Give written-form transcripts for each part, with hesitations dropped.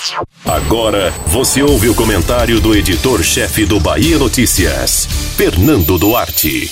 Agora você ouve o comentário do editor-chefe do Bahia Notícias, Fernando Duarte.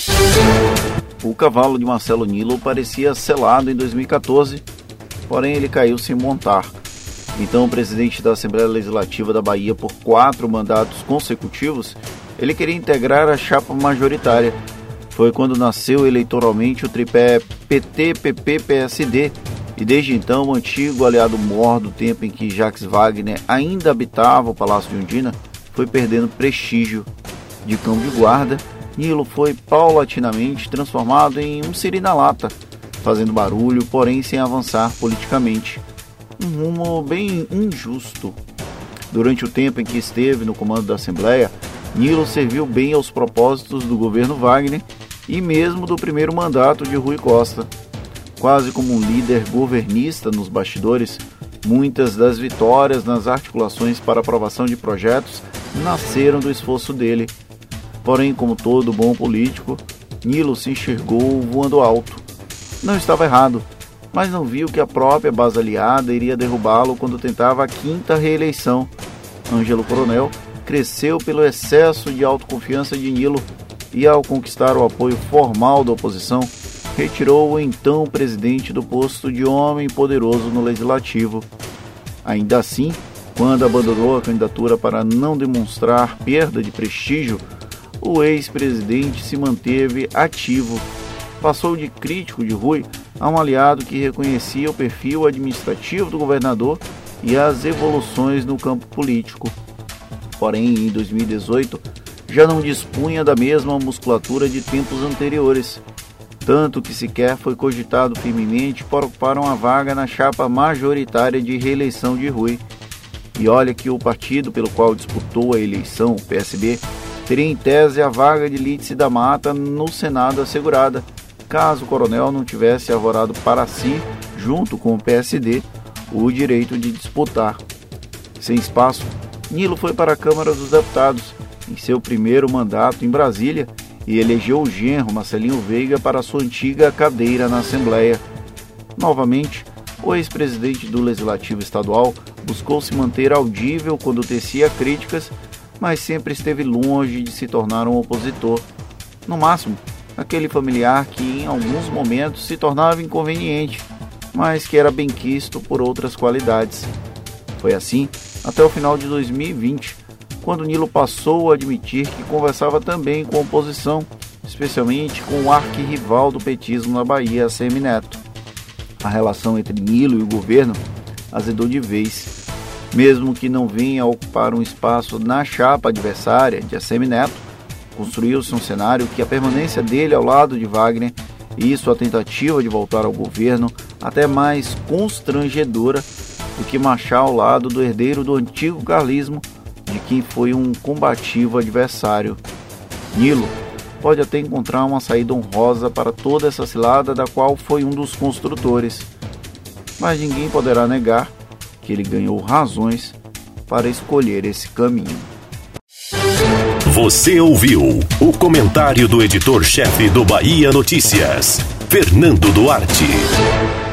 O cavalo de Marcelo Nilo parecia selado em 2014, porém ele caiu sem montar. Então, o presidente da Assembleia Legislativa da Bahia por 4 mandatos consecutivos, ele queria integrar a chapa majoritária. Foi quando nasceu eleitoralmente o tripé PT, PP, PSD, e desde então o antigo aliado mor do tempo em que Jacques Wagner ainda habitava o Palácio de Ondina foi perdendo prestígio. De cão de guarda, Nilo foi paulatinamente transformado em um siri na lata, fazendo barulho, porém sem avançar politicamente. Um rumo bem injusto. Durante o tempo em que esteve no comando da Assembleia, Nilo serviu bem aos propósitos do governo Wagner e mesmo do primeiro mandato de Rui Costa. Quase como um líder governista nos bastidores, muitas das vitórias nas articulações para aprovação de projetos nasceram do esforço dele. Porém, como todo bom político, Nilo se enxergou voando alto. Não estava errado, mas não viu que a própria base aliada iria derrubá-lo quando tentava a 5ª reeleição. Ângelo Coronel cresceu pelo excesso de autoconfiança de Nilo e, ao conquistar o apoio formal da oposição, retirou o então presidente do posto de homem poderoso no Legislativo. Ainda assim, quando abandonou a candidatura para não demonstrar perda de prestígio, o ex-presidente se manteve ativo. Passou de crítico de Rui a um aliado que reconhecia o perfil administrativo do governador e as evoluções no campo político. Porém, em 2018, já não dispunha da mesma musculatura de tempos anteriores, tanto que sequer foi cogitado firmemente para ocupar uma vaga na chapa majoritária de reeleição de Rui. E olha que o partido pelo qual disputou a eleição, o PSB, teria em tese a vaga de Lídice da Mata no Senado assegurada, caso o Coronel não tivesse arvorado para si, junto com o PSD, o direito de disputar. Sem espaço, Nilo foi para a Câmara dos Deputados, em seu primeiro mandato em Brasília, e elegeu o genro Marcelinho Veiga para sua antiga cadeira na Assembleia. Novamente, o ex-presidente do Legislativo Estadual buscou se manter audível quando tecia críticas, mas sempre esteve longe de se tornar um opositor. No máximo, aquele familiar que em alguns momentos se tornava inconveniente, mas que era benquisto por outras qualidades. Foi assim até o final de 2020, quando Nilo passou a admitir que conversava também com a oposição, especialmente com o arquirrival do petismo na Bahia, ACM Neto. A relação entre Nilo e o governo azedou de vez. Mesmo que não venha a ocupar um espaço na chapa adversária de ACM Neto, construiu-se um cenário que a permanência dele ao lado de Wagner e sua tentativa de voltar ao governo até mais constrangedora do que marchar ao lado do herdeiro do antigo carlismo, de quem foi um combativo adversário. Nilo pode até encontrar uma saída honrosa para toda essa cilada da qual foi um dos construtores, mas ninguém poderá negar que ele ganhou razões para escolher esse caminho. Você ouviu o comentário do editor-chefe do Bahia Notícias, Fernando Duarte.